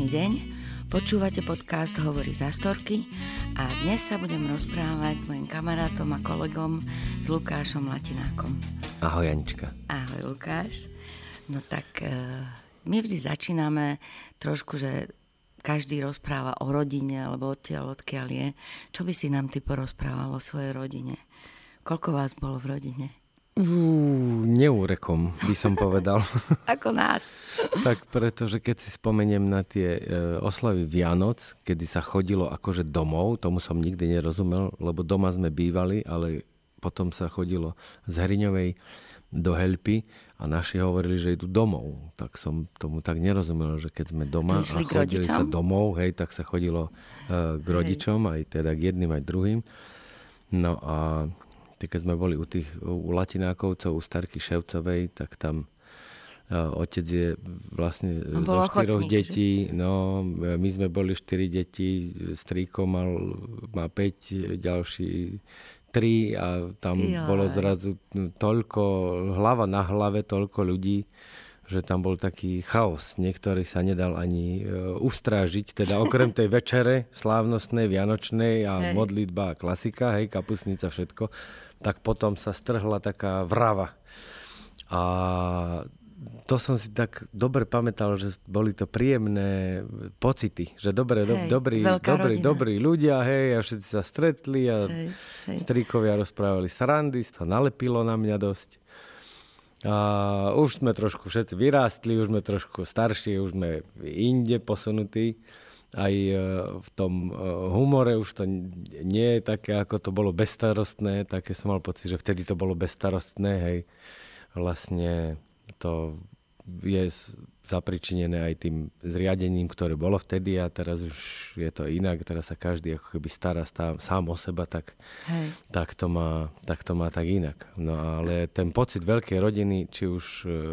Pekný deň, počúvate podcast Hovory z Astorky a dnes sa budem rozprávať s mojim kamarátom a kolegom, s Lukášom Latinákom. Ahoj, Anička. Ahoj, Lukáš. No tak my vždy začíname trošku, že každý rozpráva o rodine, alebo odkiaľ je. Čo by si nám ty porozprával o svojej rodine? Koľko vás bolo v rodine? Neúrekom, by som povedal. Ako nás. Tak pretože keď si spomeniem na tie oslavy Vianoc, kedy sa chodilo akože domov, tomu som nikdy nerozumel, lebo doma sme bývali, ale potom sa chodilo z Hriňovej do Helpy a naši hovorili, že idú domov. Tak som tomu tak nerozumel, že keď sme doma a chodili sa domov, hej, tak sa chodilo k rodičom, aj teda k jedným, aj druhým. No a keď sme boli u Latinákovcov, u Starky Ševcovej, tak tam otec je vlastne zo 4 detí. No, my sme boli 4 deti, strýko má 5, ďalší 3 a tam bolo zrazu toľko, hlava na hlave, toľko ľudí, že tam bol taký chaos. Niektorý sa nedal ani ustrážiť, teda okrem tej večere slávnostnej, vianočnej a modlitba, klasika, hej, kapusnica, všetko, tak potom sa strhla taká vrava. A to som si tak dobre pamätal, že boli to príjemné pocity, že dobrí ľudia, hej, a všetci sa stretli a stríkovia rozprávali srandy, sa nalepilo na mňa dosť. A už sme trošku všetci vyrástli, už sme trošku starší, už sme inde posunutí. Aj v tom humore už to nie je také, ako to bolo bezstarostné. Také som mal pocit, že vtedy to bolo bezstarostné. Hej. Vlastne to je zapričinené aj tým zriadením, ktoré bolo vtedy a teraz už je to inak. Teraz sa každý ako keby stará sám o seba, tak to má tak inak. No ale ten pocit veľkej rodiny, či už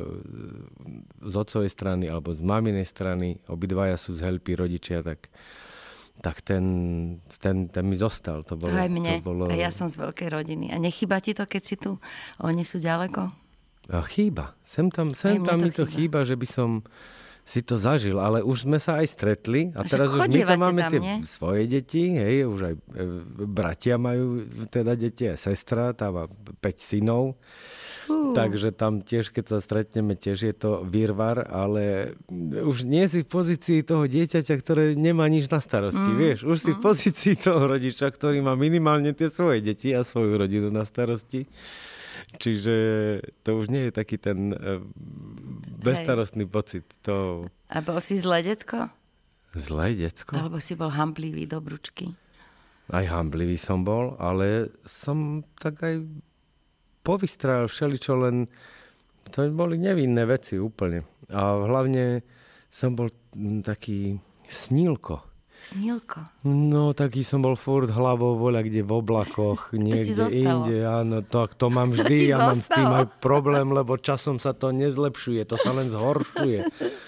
z otcovej strany alebo z maminej strany, obidvaja sú z Helpy rodičia, tak ten mi zostal. To bolo, aj mne. A ja som z veľkej rodiny. A nechýba ti to, keď si tu? Oni sú ďaleko? Chýba. Sem tam mi to chýba, že by som si to zažil, ale už sme sa aj stretli a teraz už my tam máme tie svoje deti, hej, už aj bratia majú teda deti, a sestra, tam má 5 synov. Takže tam tiež, keď sa stretneme, tiež je to virvar, ale už nie si v pozícii toho dieťaťa, ktoré nemá nič na starosti, vieš. Už si v pozícii toho rodiča, ktorý má minimálne tie svoje deti a svoju rodinu na starosti. Čiže to už nie je taký ten bezstarostný pocit. A bol si zlé decko? Zlé decko? Alebo si bol hamblivý do bručky? Aj hamblivý som bol, ale som tak aj povystrál všeličo, len to boli nevinné veci úplne. A hlavne som bol taký snílko. Snílko? No, taký som bol furt hlavou voľa, kde v oblakoch, niekde inde. Áno, to mám vždy, ja mám s tým aj problém, lebo časom sa to nezlepšuje, to sa len zhoršuje.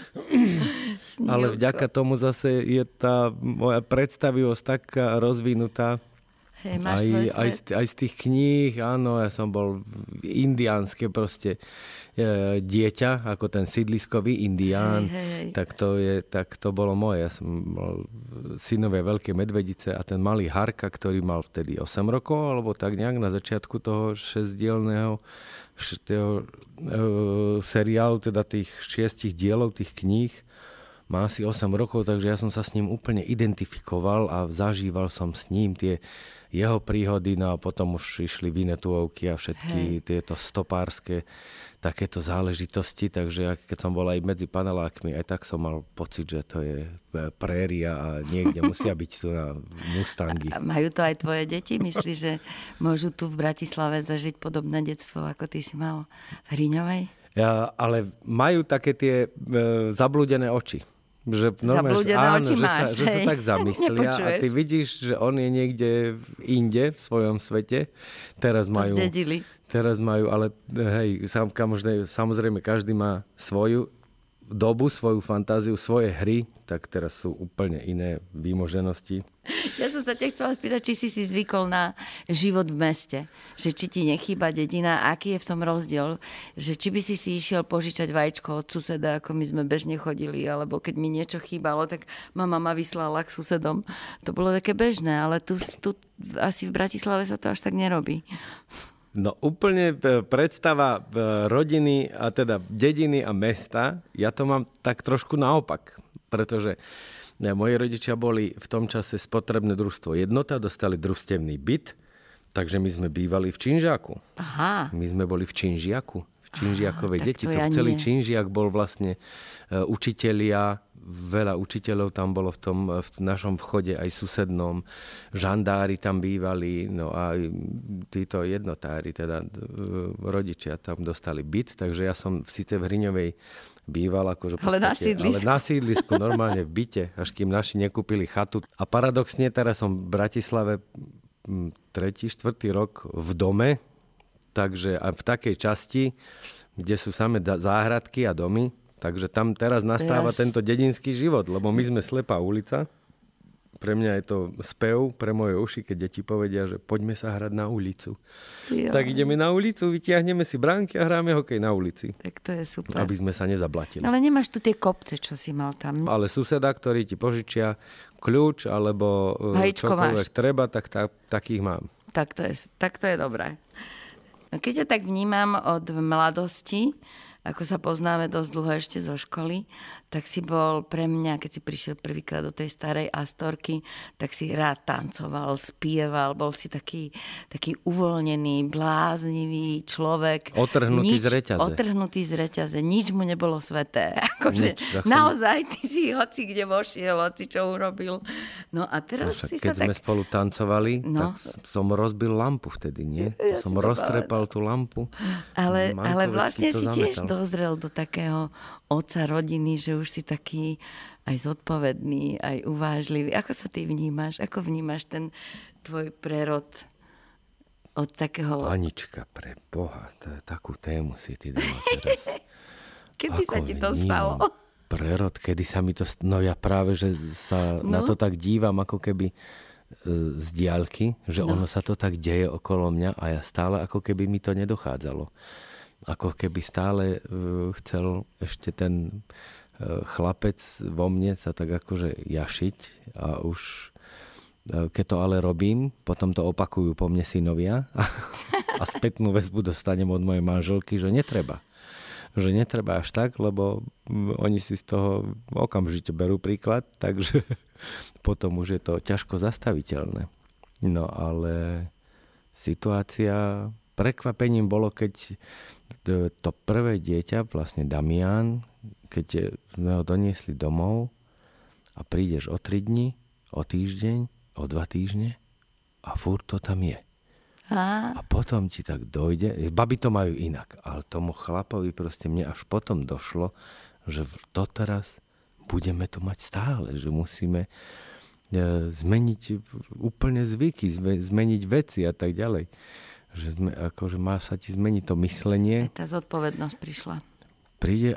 Ale vďaka tomu zase je tá moja predstavivosť taká rozvinutá. Aj z tých kníh, áno, ja som bol indiánske proste dieťa, ako ten sídliskový indián, tak to bolo moje. Ja som mal synové veľké medvedice a ten malý Harka, ktorý mal vtedy 8 rokov, alebo tak nejak na začiatku toho 6-dielného seriálu, teda tých 6 dielov, tých kníh, má asi 8 rokov, takže ja som sa s ním úplne identifikoval a zažíval som s ním tie jeho príhody, no a potom už išli Vinetuovky a všetky tieto stopárske takéto záležitosti, takže keď som bol aj medzi panelákmi, aj tak som mal pocit, že to je préria a niekde musia byť tu na Mustangy. A majú to aj tvoje deti? Myslíš, že môžu tu v Bratislave zažiť podobné detstvo, ako ty si mal v Hriňovej? Ale majú také tie zablúdené oči. Že máš, že sa tak zamyslia a ty vidíš, že on je niekde inde v svojom svete. Teraz majú, ale hej, samozrejme každý má svoju dobu, svoju fantáziu, svoje hry, tak teraz sú úplne iné výmoženosti. Ja som sa ťa chcela spýtať, či si zvykol na život v meste. Že či ti nechýba dedina, aký je v tom rozdiel. Že či by si išiel požičať vajíčko od suseda, ako my sme bežne chodili, alebo keď mi niečo chýbalo, tak mama ma vyslala k susedom. To bolo také bežné, ale tu asi v Bratislave sa to až tak nerobí. No úplne predstava rodiny, a teda dediny a mesta, ja to mám tak trošku naopak, pretože moji rodičia boli v tom čase spotrebné družstvo Jednota, dostali družstevný byt, takže my sme bývali v Činžiaku. Aha. My sme boli v Činžiaku, v Činžiakovej deti. Ja celý Činžiak bol vlastne učitelia, veľa učiteľov tam bolo v našom vchode, aj susednom. Žandári tam bývali, no a títo jednotári, teda rodičia tam dostali byt, takže ja som síce v Hriňovej býval, akože ale na sídlisku, normálne v byte, až kým naši nekúpili chatu. A paradoxne teraz som v Bratislave 3., 4. rok v dome, takže aj v takej časti, kde sú samé záhradky a domy, takže tam teraz nastáva tento dedinský život, lebo my sme slepá ulica. Pre mňa je to spev, pre moje uši, keď deti povedia, že poďme sa hrať na ulicu. Jo. Tak ideme na ulicu, vytiahneme si bránky a hráme hokej na ulici. Tak to je super. Aby sme sa nezablatili. Ale nemáš tu tie kopce, čo si mal tam. Ale suseda, ktorý ti požičia kľúč alebo čokoľvek treba, tak takých mám. Tak to je dobré. Keď ja tak vnímam od mladosti, ako sa poznáme dosť dlho ešte zo školy, tak si bol pre mňa, keď si prišiel prvýkrát do tej starej Astorky, tak si rád tancoval, spieval, bol si taký uvoľnený, bláznivý človek. Otrhnutý z reťaze. Nič mu nebolo sveté. Akože naozaj ty si hoci kde vošiel, hoci čo urobil. No a teraz si keď sme spolu tancovali, tak som rozbil lampu vtedy, nie? Ja som roztrepal tú lampu. Ale vlastne si tiež dozrel do takého otca rodiny, že už si taký aj zodpovedný, aj uvážlivý. Ako sa ty vnímaš? Ako vnímaš ten tvoj prerod od takého... Anička, pre Boha, takú tému si ty dala teraz. Kedy sa ti to stalo? Prerod, kedy sa mi to... No ja práve, že sa na to tak dívam, ako keby z diaľky, že ono sa to tak deje okolo mňa a ja stále ako keby mi to nedochádzalo. Ako keby stále chcel ešte ten chlapec vo mne sa tak akože jašiť a už keď to ale robím, potom to opakujú po mne synovia a spätnú väzbu dostanem od mojej manželky, že netreba. Že netreba až tak, lebo oni si z toho okamžite berú príklad, takže potom už je to ťažko zastaviteľné. No ale situácia... Prekvapením bolo, keď to prvé dieťa, vlastne Damián, keď sme ho doniesli domov a prídeš o 3 dni, o týždeň, o 2 týždne a furt to tam je. A potom ti tak dojde, baby to majú inak, ale tomu chlapovi proste mne až potom došlo, že doteraz budeme to mať stále, že musíme zmeniť úplne zvyky, zmeniť veci a tak ďalej. Že akože má sa ti zmeniť to myslenie. Tá zodpovednosť prišla. Príde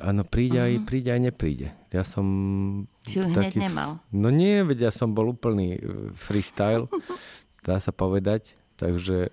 aj nepríde. Ja som... Si ju hneď nemal. No nie, veď ja som bol úplný freestyle, dá sa povedať. Takže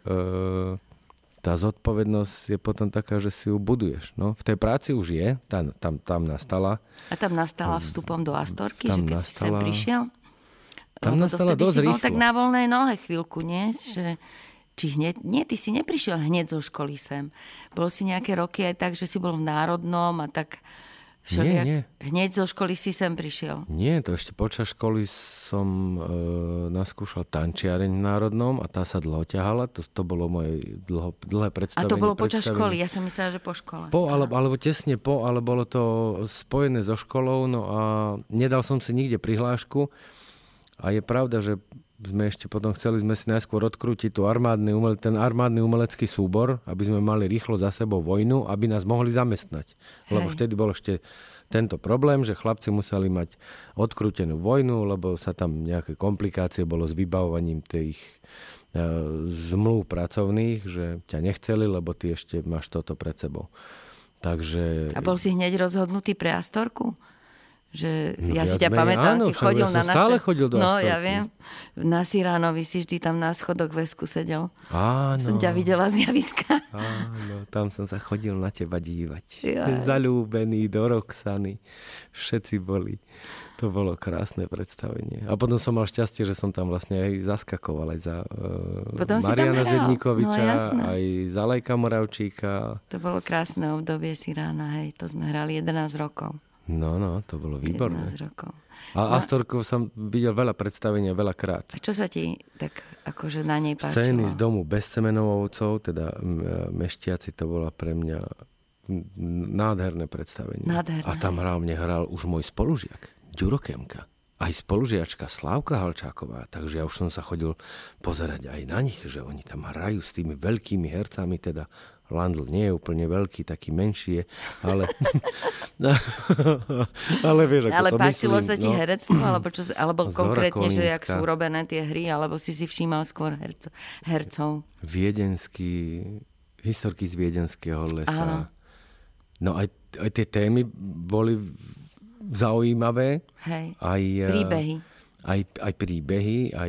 tá zodpovednosť je potom taká, že si ju buduješ. No, v tej práci už je, tam nastala. A tam nastala vstupom do Astorky, že keď si sem prišiel? Tam nastala dosť rýchlo. Bol tak na voľnej nohe chvíľku, nie? Že... Či hneď, nie, ty si neprišiel hneď zo školy sem. Bolo si nejaké roky aj tak, že si bol v Národnom a tak všelijak... Nie. Hneď zo školy si sem prišiel. Nie, to ešte počas školy som naskúšal tančiareň v Národnom a tá sa dlho ťahala. To bolo moje dlhé predstavenie. A to bolo počas školy? Ja som myslela, že po škole. Alebo tesne po, ale bolo to spojené so školou, no a nedal som si nikde prihlášku. A je pravda, že sme ešte potom chceli si najskôr odkrútiť ten armádny umelecký súbor, aby sme mali rýchlo za sebou vojnu, aby nás mohli zamestnať. Lebo vtedy bol ešte tento problém, že chlapci museli mať odkrútenú vojnu, lebo sa tam nejaké komplikácie bolo s vybavovaním tých zmluv pracovných, že ťa nechceli, lebo ty ešte máš toto pred sebou. Takže... A bol si hneď rozhodnutý pre Astorku? Že No, ja si ťa pamätám, áno, si chodil na naše... stále chodil do No, Astorky. ja viem. Na Siránovi si vždy tam na schodoch Vesku sedel. Áno. Som ťa videla z javiska. Áno, tam som sa chodil na teba dívať. Jaj. Zalúbený do Roxany. Všetci boli. To bolo krásne predstavenie. A potom som mal šťastie, že som tam vlastne aj zaskakoval aj za Mariana Zedníkoviča, aj za Lajka Moravčíka. To bolo krásne obdobie Sirána, hej. To sme hrali 11 rokov. No, to bolo výborné. 11 rokov. A Astorkov som videl veľa predstavenia, veľakrát. A čo sa ti tak akože na nej páčilo? Scény z domu bez Semenovcov, teda Meštiaci, to bola pre mňa nádherné predstavenie. Nádherné. A tam mne hral už môj spolužiak, Ďuro Kemka. Aj spolužiačka Slávka Halčáková, takže ja už som sa chodil pozerať aj na nich, že oni tam hrajú s tými veľkými hercami, teda Landl nie je úplne veľký, taký menší je, ale... ale vieš, ako ale to páčilo myslím. sa ti herectvo, alebo Zora konkrétne, že jak Kolínska. sú urobené tie hry, alebo si všímal skôr hercov? Historky z Viedenského lesa. Áno. No aj tie témy boli zaujímavé. Hej, Aj príbehy. Aj príbehy, aj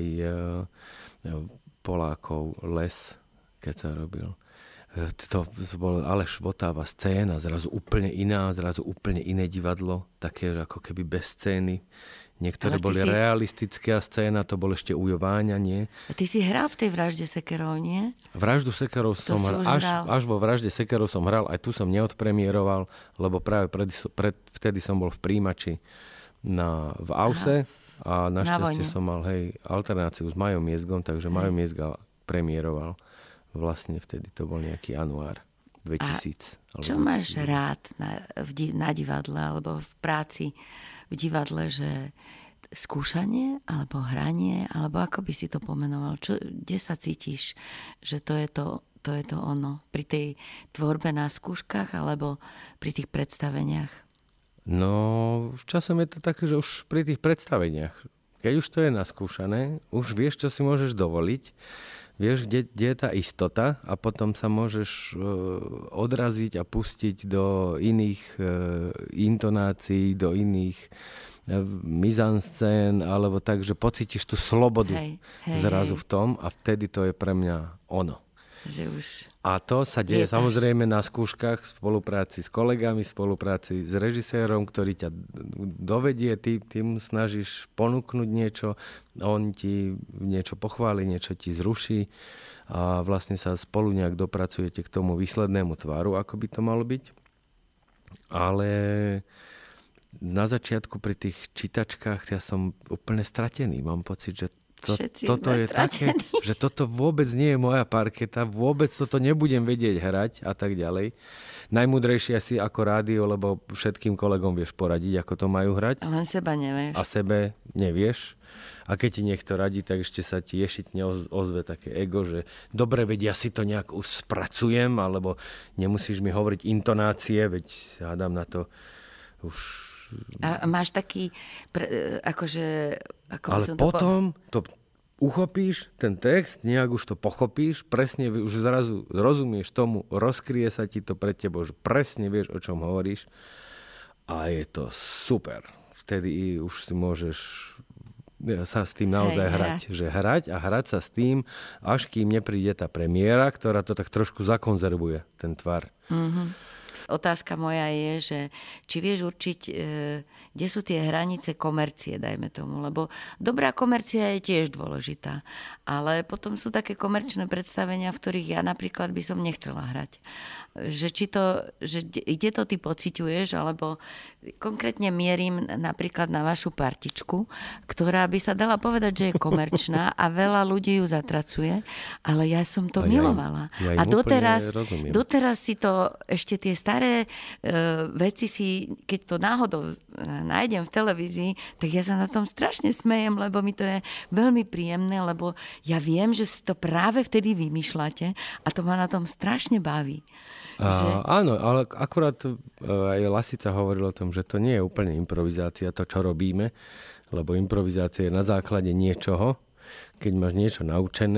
Polákov les, keď sa robil. To bol Aleš Votáva scéna, zrazu úplne iná, zrazu úplne iné divadlo, také ako keby bez scény. Niektoré boli realistické a scéna, to bol ešte Ujo Váňa, nie? A ty si hral v tej Vražde sekerov, nie? Vraždu sekerov som hral, až vo Vražde sekerov som hral, aj tu som neodpremieroval, lebo práve vtedy som bol v príjimači v Ause. A našťastie som mal alternáciu s Majom Miezgom, takže Majo Miezga premiéroval. Vlastne vtedy to bol nejaký január 2000. A čo máš rád na divadle alebo v práci v divadle, že skúšanie alebo hranie, alebo ako by si to pomenoval? Kde sa cítiš, že to je to ono? Pri tej tvorbe na skúškach alebo pri tých predstaveniach? No, časom je to také, že už pri tých predstaveniach, keď už to je naskúšané, už vieš, čo si môžeš dovoliť, vieš, kde je tá istota a potom sa môžeš odraziť a pustiť do iných intonácií, do iných mizanscén, alebo tak, že pocítiš tú slobodu zrazu v tom a vtedy to je pre mňa ono. Že už a to sa deje samozrejme na skúškach v spolupráci s kolegami, v spolupráci s režisérom, ktorý ťa dovedie, ty mu snažíš ponúknuť niečo, on ti niečo pochváli, niečo ti zruší a vlastne sa spolu nejak dopracujete k tomu výslednému tvaru, ako by to malo byť. Ale na začiatku pri tých čítačkách ja som úplne stratený. Mám pocit, že toto je také, že toto vôbec nie je moja parketa, vôbec toto nebudem vedieť hrať a tak ďalej. Najmúdrejšie asi ako rádio, lebo všetkým kolegom vieš poradiť, ako to majú hrať. Len seba nevieš. A sebe nevieš. A keď ti niekto radí, tak ešte sa ti ješitne ozve také ego, že dobre, veď ja si to nejak už spracujem, alebo nemusíš mi hovoriť intonácie, veď hádam na to už... A máš taký, akože... Ale potom to uchopíš, ten text, nejak už to pochopíš, presne už zrazu rozumieš tomu, rozkrie sa ti to pred tebou, že presne vieš, o čom hovoríš a je to super. Vtedy už si môžeš sa s tým naozaj hrať. Že hrať a hrať sa s tým, až kým nepríde tá premiéra, ktorá to tak trošku zakonzervuje, ten tvar. Mm-hmm. Otázka moja je, že či vieš určiť, kde sú tie hranice komercie, dajme tomu, lebo dobrá komercia je tiež dôležitá, ale potom sú také komerčné predstavenia, v ktorých ja napríklad by som nechcela hrať. Že kde to ty pociťuješ, alebo konkrétne mierim napríklad na vašu partičku, ktorá by sa dala povedať, že je komerčná a veľa ľudí ju zatracuje, ale ja som to milovala. Ja a doteraz si to ešte tie staré veci si, keď to náhodou nájdem v televízii, tak ja sa na tom strašne smejem, lebo mi to je veľmi príjemné, lebo ja viem, že si to práve vtedy vymýšľate a to ma na tom strašne baví. Áno, ale akurát aj Lasica hovoril o tom, že to nie je úplne improvizácia, to, čo robíme, lebo improvizácia je na základe niečoho. Keď máš niečo naučené,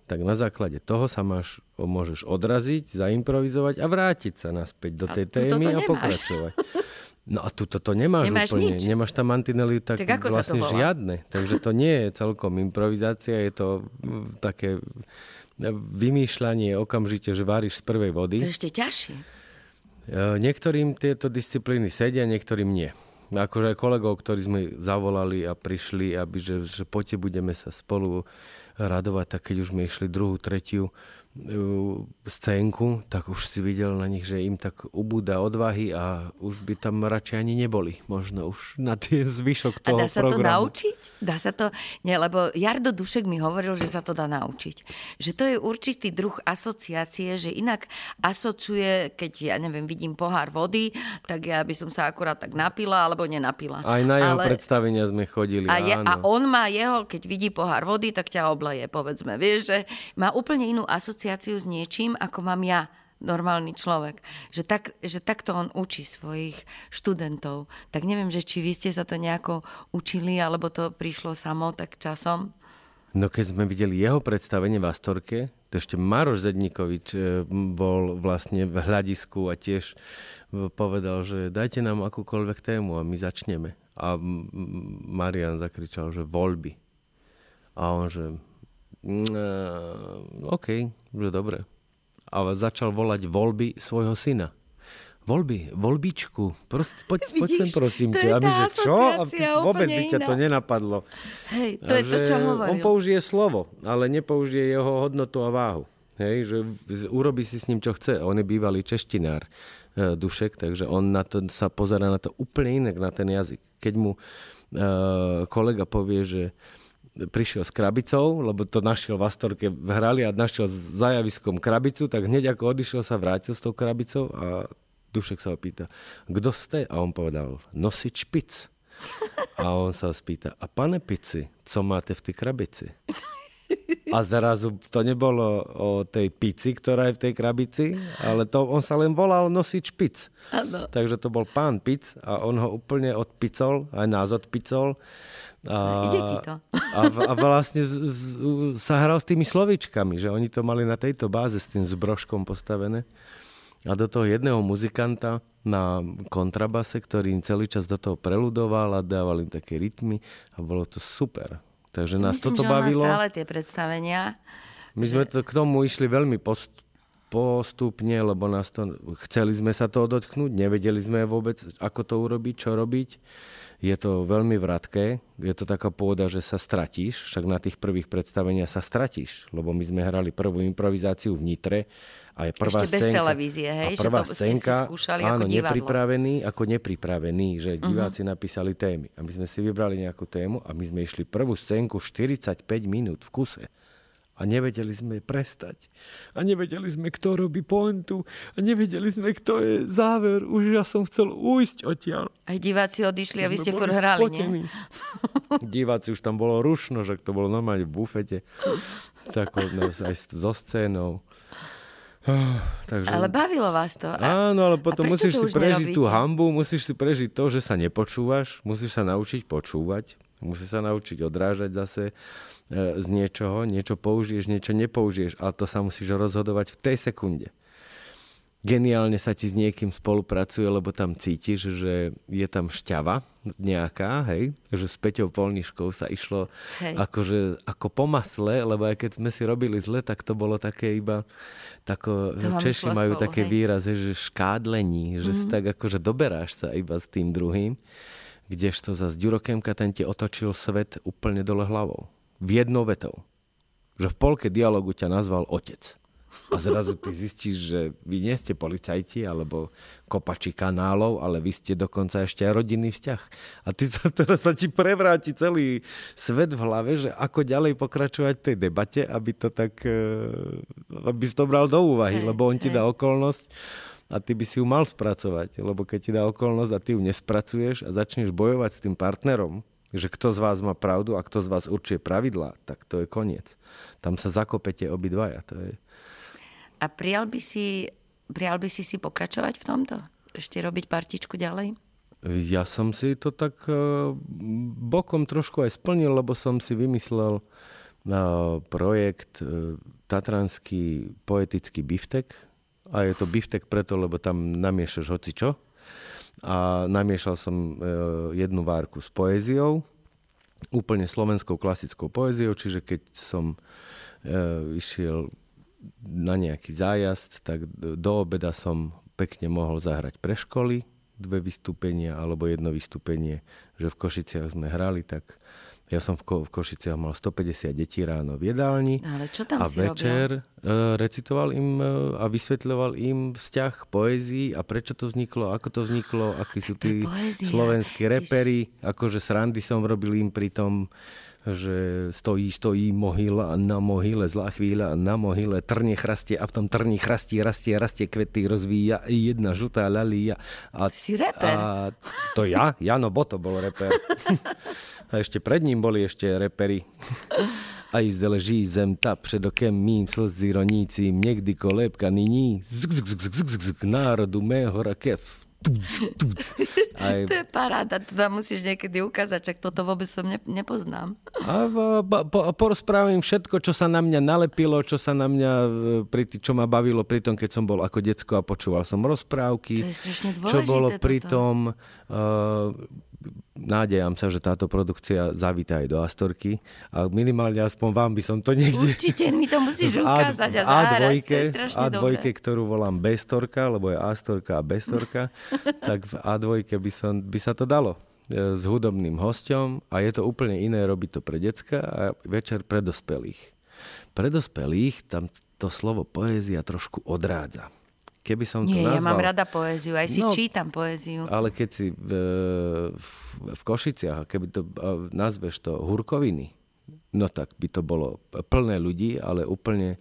tak na základe toho sa môžeš odraziť, zaimprovizovať a vrátiť sa naspäť do tej témy a pokračovať. No a tuto to nemáš úplne. Nič. Nemáš tam mantinely tak vlastne žiadne. Takže to nie je celkom improvizácia, je to také vymýšľanie okamžite, že váriš z prvej vody. To je ešte ťažšie. Niektorým tieto disciplíny sedia, niektorým nie. Akože aj kolegov, ktorí sme zavolali a prišli, aby že poďte, budeme sa spolu radovať, tak keď už sme išli druhú, tretiu scénku, tak už si videl na nich, že im tak ubúda odvahy a už by tam radšej ani neboli. Možno už na tie zvyšok toho programu. A dá sa to naučiť? Dá sa to? Nie, lebo Jardo Dušek mi hovoril, že sa to dá naučiť. Že to je určitý druh asociácie, že inak asociuje, keď ja neviem, vidím pohár vody, tak ja by som sa akurát tak napila alebo nenapila. Aj na jeho predstavenia sme chodili. A on má keď vidí pohár vody, tak ťa obleje, povedzme. Vieš, že má úplne inú asociáciu s niečím, ako mám ja, normálny človek. Že takto on učí svojich študentov. Tak neviem, že či vy ste sa to nejako učili, alebo to prišlo samo tak časom? No keď sme videli jeho predstavenie v Astorke, to ešte Maroš Zedníkovič bol vlastne v hľadisku a tiež povedal, že dajte nám akúkoľvek tému a my začneme. A Marian zakričal, že voľby. A on, že OK, že dobre. A začal volať voľby svojho syna. Voľbičku, poď sem prosím ťa. A my, že čo? A vôbec by ťa to nenapadlo. Hej, to je to, čo hovoril. On použije slovo, ale nepoužije jeho hodnotu a váhu. Hej, že urobí si s ním, čo chce. On je bývalý češtinár, Dušek, takže on na to sa pozerá na to úplne inak, na ten jazyk. Keď mu kolega povie, že prišiel s krabicou, lebo to našiel v Astorke, hrali a našiel za javiskom krabicu, tak hneď ako odišiel sa vrátil s tou krabicou a Dušek sa ho pýta, kto ste? A on povedal, nosič pic. A on sa ho spýta, a pane pici, co máte v tej krabici? A zrazu to nebolo o tej pici, ktorá je v tej krabici, ale on sa len volal nosič pic. Ano. Takže to bol pán Pic a on ho úplne odpicol, aj nás odpicol. Ide ti to. A vlastne sa hral s tými slovíčkami, že oni to mali na tejto báze s tým zbrožkom postavené. A do toho jedného muzikanta na kontrabase, ktorý im celý čas do toho preludoval a dával im také rytmy a bolo to super. Takže nás myslím, toto bavilo. Myslím, že on má stále tie predstavenia. My sme k tomu išli veľmi postupne, lebo chceli sme sa toho dotknúť, nevedeli sme vôbec, ako to urobiť, čo robiť. Je to veľmi vratké, je to taká pôda, že sa stratíš, však na tých prvých predstaveniach sa stratíš, lebo my sme hrali prvú improvizáciu v Nitre a je prvá ešte bez televízie, hej? A prvá scénka, áno, nepripravený, že diváci napísali témy. A my sme si vybrali nejakú tému a my sme išli prvú scénku 45 minút v kuse. A nevedeli sme prestať. A nevedeli sme, kto robí pointu. A nevedeli sme, kto je záver. Už ja som chcel ujsť odtiaľ. Aj diváci odišli a vy ste furt hrali, nie? Diváci už tam bolo rušno, že to bolo normálne v bufete. Tak aj so scénou. Takže... Ale bavilo vás to. Áno, ale potom musíš si prežiť tú hanbu, musíš si prežiť to, že sa nepočúvaš, musíš sa naučiť počúvať, musíš sa naučiť odrážať zase z niečoho, niečo použiješ, niečo nepoužiješ, ale to sa musíš rozhodovať v tej sekunde. Geniálne sa ti s niekým spolupracuje, lebo tam cítiš, že je tam šťava nejaká, hej, že s Peťou Polniškou sa išlo ako po masle, lebo aj keď sme si robili zle, tak to bolo také iba Češi majú také výrazy, že škádlení, že si tak akože doberáš sa iba s tým druhým, kdežto zase Ďurokemka, ten ti otočil svet úplne dole hlavou. V jednou vetou. Že v polke dialogu ťa nazval otec. A zrazu ty zistíš, že vy nie ste policajti alebo kopači kanálov, ale vy ste dokonca ešte aj rodinný vzťah. A teraz sa ti prevráti celý svet v hlave, že ako ďalej pokračovať v tej debate, aby si to bral do úvahy, lebo on ti dá okolnosť a ty by si ju mal spracovať. Lebo keď ti dá okolnosť a ty ju nespracuješ a začneš bojovať s tým partnerom, že kto z vás má pravdu a kto z vás určuje pravidlá, tak to je koniec. Tam sa zakopete obidvaja. To je... A prijal by si pokračovať v tomto? Ešte robiť partičku ďalej? Ja som si to tak bokom trošku aj splnil, lebo som si vymyslel projekt Tatranský poetický biftek. A je to biftek preto, lebo tam namiešaš hocičo. A namiešal som jednu várku s poéziou, úplne slovenskou klasickou poéziou, čiže keď som išiel na nejaký zájazd, tak do obeda som pekne mohol zahrať pre školy 2 vystúpenia alebo 1 vystúpenie, že v Košiciach sme hrali, tak ja som v Košiciach mal 150 detí ráno v jedálni. Ale čo tam a si večer recitoval im a vysvetľoval im vzťah poézii a prečo to vzniklo, ako to vzniklo, akí sú tí slovenskí reperi, akože srandy som robil im pri tom, že stojí mohyla a na mohyle zlá chvíľa a na mohyle trne chrastie a v tom trni rastie kvety, rozvíja jedna žltá lalíja. Si reper? A to ja? Jano Boto bol reper. A ešte pred ním boli ešte reperi. A zde leží zem ta před okem mým slzy ronícím, někdy kolébka nyní k národu mého rakev. To je paráda, to tam musíš niekedy ukázať, čak toto vôbec som nepoznám. A porozprávam im všetko, čo sa na mňa nalepilo, čo sa na mňa, čo ma bavilo pri tom, keď som bol ako decko a počúval som rozprávky. To je strašne dôležité. Čo bolo pri toto. tom... Nádejam sa, že táto produkcia zavíta aj do Astorky a minimálne aspoň vám by som to niekde... Určite, mi to musíš ukázať a zahrať, to je strašne dobré. A2, ktorú volám B-storka, lebo je A-storka a B-storka, tak v A2 by sa to dalo s hudobným hosťom a je to úplne iné robiť to pre decka a večer pre dospelých. Pre dospelých tam to slovo poézia trošku odrádza. Keby som to nazval... Ja mám rada poéziu, aj si čítam poéziu. Ale keď si v Košiciach, keby to nazveš to hurkoviny, no tak by to bolo plné ľudí, ale úplne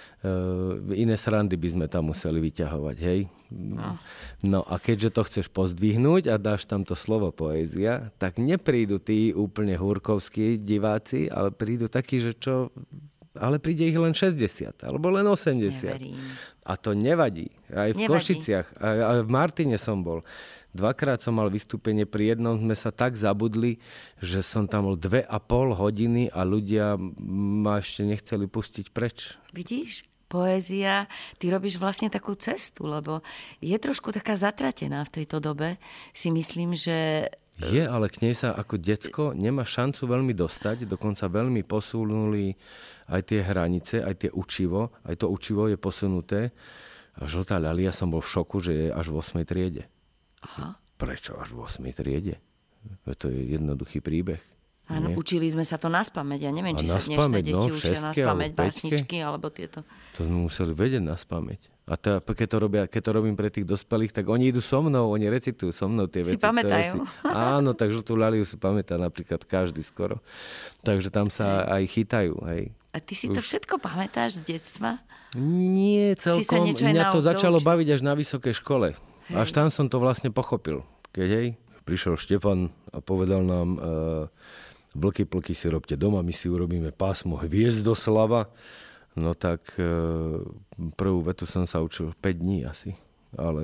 iné srandy by sme tam museli vyťahovať, hej? No a keďže to chceš pozdvihnúť a dáš tam to slovo poézia, tak neprídu tí úplne hurkovskí diváci, ale prídu takí, že čo... Ale príde ich len 60, alebo len 80. Neverím. A to nevadí. Aj v Košiciach, aj v Martine som bol. 2-krát som mal vystúpenie, pri jednom sme sa tak zabudli, že som tam bol 2,5 hodiny a ľudia ma ešte nechceli pustiť preč. Vidíš? Poézia, ty robíš vlastne takú cestu, lebo je trošku taká zatratená v tejto dobe. Si myslím, že... Je, ale k nej sa ako decko nemá šancu veľmi dostať, dokonca veľmi posunuli aj tie hranice, aj tie učivo, aj to učivo je posunuté. A žltá ľalia som bol v šoku, že je až v 8. triede. Aha. Prečo až v 8. triede? To je jednoduchý príbeh. Áno, učili sme sa to naspamäť. Ja neviem, či sa dnešné deti učia naspamäť básničky alebo tieto. To sme museli vedieť naspamäť. A keď to robím pre tých dospelých, tak oni idú so mnou, oni recitujú so mnou tie veci. Si pamätajú. Áno, tak žltú ľaliu si pamätá napríklad každý skoro. Takže tam sa aj chytajú. Hej. A ty si to všetko pamätáš z detstva? Nie, celkom. Mňa to začalo baviť až na vysokej škole. Hej. Až tam som to vlastne pochopil. Keď prišiel Štefan a povedal nám vlky plky si robte doma, my si urobíme pásmo Hviezdoslava. No tak prvú vetu som sa učil 5 dní asi. Ale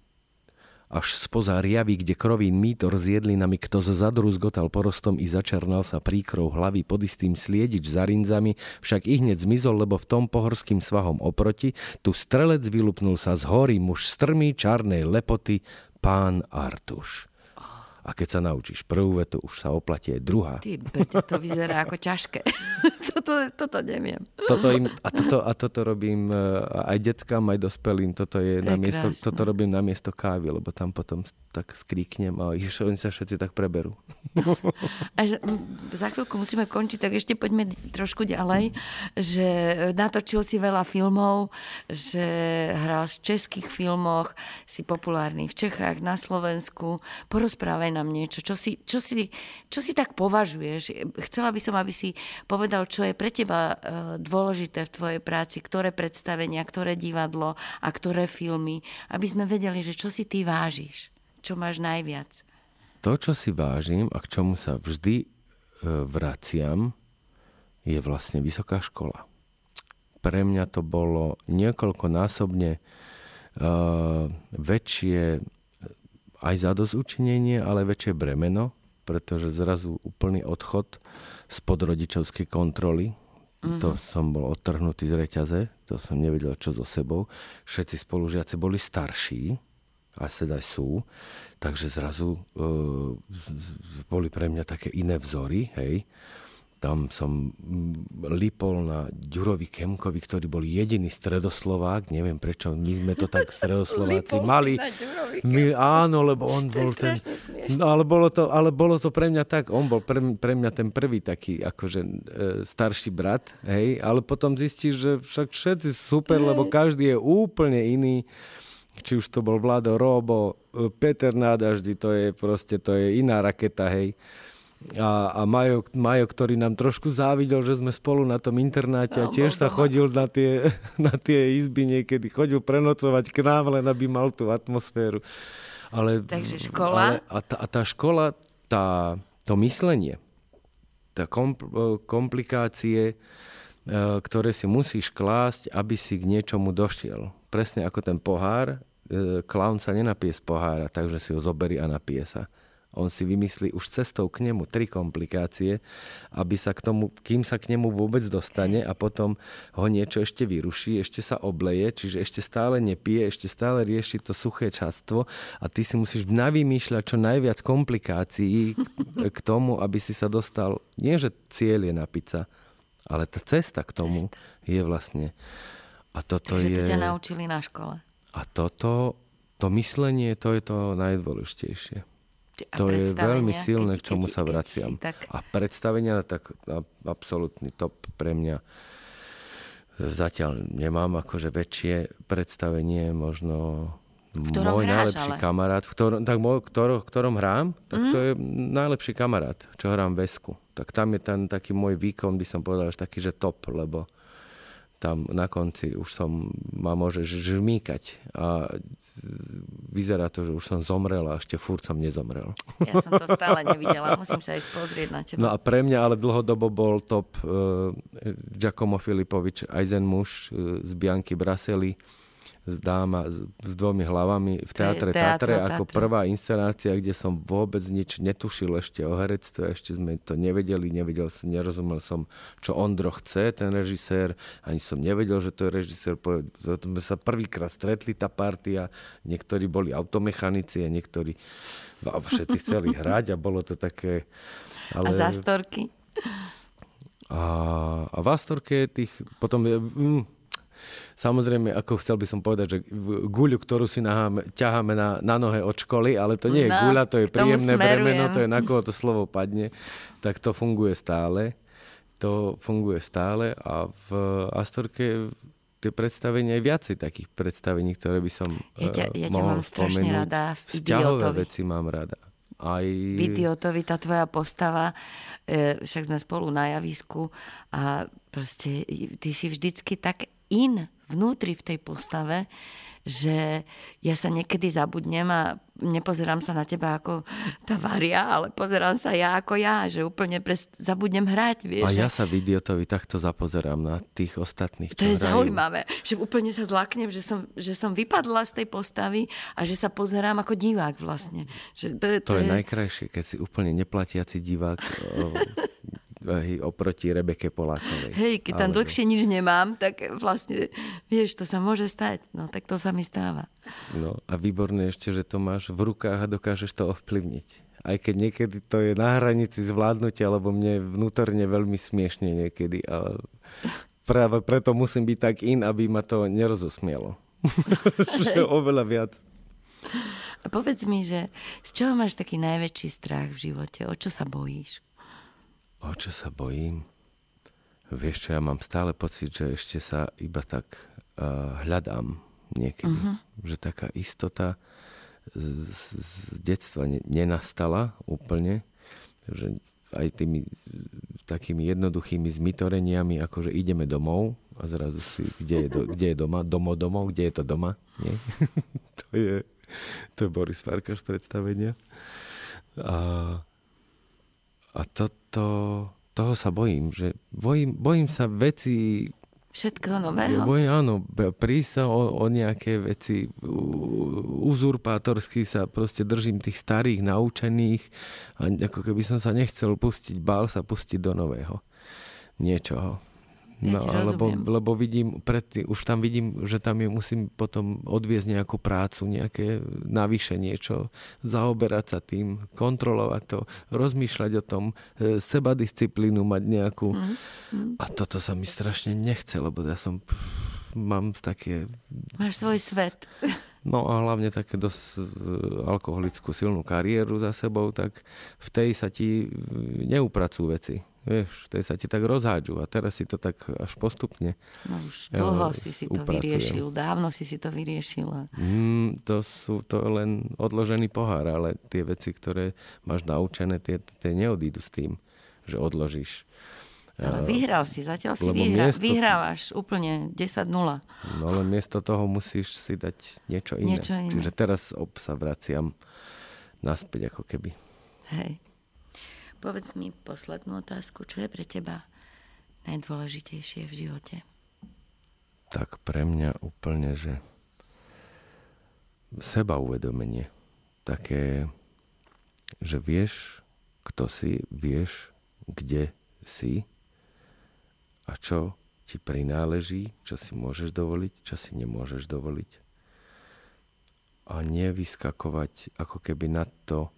až spoza riavy, kde krovín mítor s jedlinami, kto zadruzgotal porostom i začernal sa príkrou hlavy pod istým sliedič za rinzami, však i hneď zmizol, lebo v tom pohorským svahom oproti, tu strelec vylupnul sa z hory muž strmý čarnej lepoty, pán Artuš. A keď sa naučíš prvú vetu, už sa oplatí aj druhá. Ty brďo, to vyzerá ako ťažké. Toto neviem. Toto robím aj deckám, aj dospelým. Toto robím na miesto kávy, lebo tam potom tak skríknem a oni sa všetci tak preberú. Až za chvíľku musíme končiť, tak ešte poďme trošku ďalej, že natočil si veľa filmov, že hral v českých filmoch, si populárny v Čechách, na Slovensku. Porozprávaj nám niečo, čo si tak považuješ. Chcela by som, aby si povedal, čo je pre teba dôležité v tvojej práci, ktoré predstavenia, ktoré divadlo a ktoré filmy, aby sme vedeli, že čo si ty vážiš, čo máš najviac. To, čo si vážim a k čomu sa vždy vraciam, je vlastne vysoká škola. Pre mňa to bolo niekoľkonásobne väčšie aj zadosťučinenie, ale väčšie bremeno, pretože zrazu úplný odchod spod rodičovskej kontroly. To som bol odtrhnutý z reťaze, to som nevedel, čo so sebou. Všetci spolužiaci boli starší, a teda sú, takže zrazu boli pre mňa také iné vzory, hej. Tam som lipol na Ďurovi Kemkovi, ktorý bol jediný stredoslovák. Neviem prečo, my sme to tak stredoslováci mali. Áno, lebo on bol ten... No, ale bolo to pre mňa tak. On bol pre mňa ten prvý taký akože starší brat. Hej? Ale potom zistíš, že však všetci super, lebo každý je úplne iný. Či už to bol Vlado Róbo, Peter Nádaždy, to je iná raketa, hej. A Majo, ktorý nám trošku závidel, že sme spolu na tom internáte a tiež sa chodil na tie izby niekedy. Chodil prenocovať k nám, len aby mal tú atmosféru. Takže škola? A tá škola, to myslenie, tá komplikácie, ktoré si musíš klásť, aby si k niečomu došiel. Presne ako ten pohár, klaun sa nenapije z pohára, takže si ho zoberie a napije sa. On si vymyslí už cestou k nemu 3 komplikácie, aby sa k tomu, kým sa k nemu vôbec dostane a potom ho niečo ešte vyruší, ešte sa obleje, čiže ešte stále nepije, ešte stále rieši to suché častvo a ty si musíš navymýšľať čo najviac komplikácií k tomu, aby si sa dostal, nie že cieľ je napiť sa, ale tá cesta k tomu je vlastne... A toto Takže to ťa naučili na škole. A to myslenie, to je to najdôležitejšie. To je veľmi silné, k čomu sa vraciam. A predstavenia, tak absolútny top pre mňa. Zatiaľ nemám akože väčšie predstavenie, možno môj najlepší kamarát, v ktorom hrám, tak to je najlepší kamarát, čo hrám Vesku. Tak tam je ten taký môj výkon, by som povedal, až taký, že top, lebo tam na konci už ma môže žmýkať a vyzerá to, že už som zomrel a ešte furt som nezomrel. Ja som to stále nevidela, musím sa ísť pozrieť na teba. No a pre mňa ale dlhodobo bol top Giacomo Filipovič, Eisenmuž z Bianky Braseli, z Dáma s 2 hlavami v Teatre Tatre ako prvá inscenácia, kde som vôbec nič netušil ešte o herectve, ešte sme to nerozumel som, čo Ondro chce, ten režisér, ani som nevedel, že to je režisér, sme sa prvýkrát stretli, tá partia, niektorí boli automechanici a niektorí všetci chceli hrať a bolo to také... Ale... A zástorky? A v Astorke tých potom... Samozrejme, ako chcel by som povedať, že guľu, ktorú si ťaháme na nohe od školy, ale to nie je guľa, to je príjemné bremeno, to je na koho to slovo padne, tak to funguje stále. A v Astorke tie predstavenia, aj viacej takých predstavení, ktoré by som mohol spomenúť. Vzťahové veci mám rada. V Idiotovi tá tvoja postava, však sme spolu na javisku a proste ty si vždycky tak vnútri v tej postave, že ja sa niekedy zabudnem a nepozerám sa na teba ako tá Varia, ale pozerám sa ja ako ja, že úplne zabudnem hrať. Vieš, a ja sa v Idiotovi takto zapozerám na tých ostatných, čo to je hrajú. Zaujímavé, že úplne sa zlaknem, že som vypadla z tej postavy a že sa pozerám ako divák vlastne. Že to je najkrajšie, keď si úplne neplatiaci divák oproti Rebeke Polákovej. Hej, keď tam dlhšie nič nemám, tak vlastne, vieš, to sa môže stať. No, tak to sa mi stáva. No, a výborné ešte, že to máš v rukách a dokážeš to ovplyvniť. Aj keď niekedy to je na hranici zvládnutia, lebo mne vnútorne veľmi smiešne niekedy. Ale práve preto musím byť tak aby ma to nerozosmielo. Že oveľa viac. A povedz mi, že z čoho máš taký najväčší strach v živote? O čo sa bojíš? O čo sa bojím? Vieš čo, ja mám stále pocit, že ešte sa iba tak hľadám niekedy. Že taká istota z detstva nenastala úplne. Že aj tými takými jednoduchými zmitoreniami, ako že ideme domov a zrazu si, kde je doma? Domov, kde je to doma? Nie? to je Boris Farkáš predstavenia. A toho sa bojím, že bojím sa veci... Všetko nového? Áno, prísť sa o nejaké veci, uzurpátorsky sa proste držím tých starých, naučených a ako keby som sa nechcel pustiť, bál sa pustiť do nového niečoho. No, lebo vidím, už tam vidím, že tam musím potom odviesť nejakú prácu, nejaké navyše niečo, zaoberať sa tým, kontrolovať to, rozmýšľať o tom, sebadisciplínu mať nejakú. A toto sa mi strašne nechce, lebo ja mám také... Máš svoj svet. No a hlavne také dosť alkoholickú silnú kariéru za sebou, tak v tej sa ti neupracujú veci. Vieš, tej sa ti tak rozhádžu a teraz si to tak až postupne No už dlho si to vyriešil, dávno si to vyriešil. To len odložený pohár, ale tie veci, ktoré máš naučené, tie neodídu s tým, že odložíš. Ale vyhral si, zatiaľ si vyhrávaš úplne 10-0. No len miesto toho musíš si dať niečo iné. Čiže teraz sa vraciam naspäť ako keby. Hej. Povedz mi poslednú otázku. Čo je pre teba najdôležitejšie v živote? Tak pre mňa úplne, že seba uvedomenie. Také, že vieš, kto si, vieš, kde si a čo ti prináleží, čo si môžeš dovoliť, čo si nemôžeš dovoliť. A nevyskakovať ako keby na to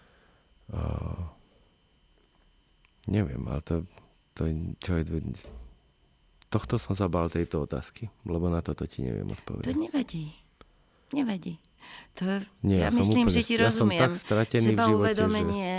neviem, ale čo je... Tohto som sa bál tejto otázky, lebo na toto ti neviem odpovedať. To nevadí. Nie, ja myslím, že ti rozumiem. Ja som tak stratený v živote, Sebauvedomenie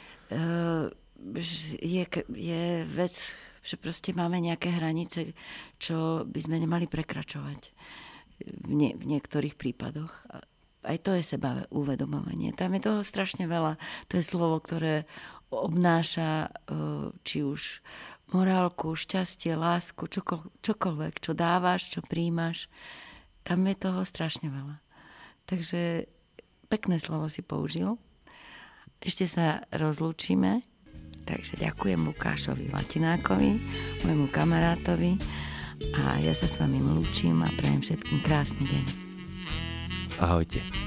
je vec, že proste máme nejaké hranice, čo by sme nemali prekračovať v niektorých prípadoch. Aj to je seba uvedomovanie. Tam je toho strašne veľa. To je slovo, ktoré obnáša či už morálku, šťastie, lásku, čokoľvek, čo dávaš, čo príjmaš. Tam je toho strašne veľa. Takže pekné slovo si použil. Ešte sa rozlúčime. Takže ďakujem Lukášovi Latinákovi, môjmu kamarátovi. A ja sa s vami lúčim a prajem všetkým krásny deň. Ahojte.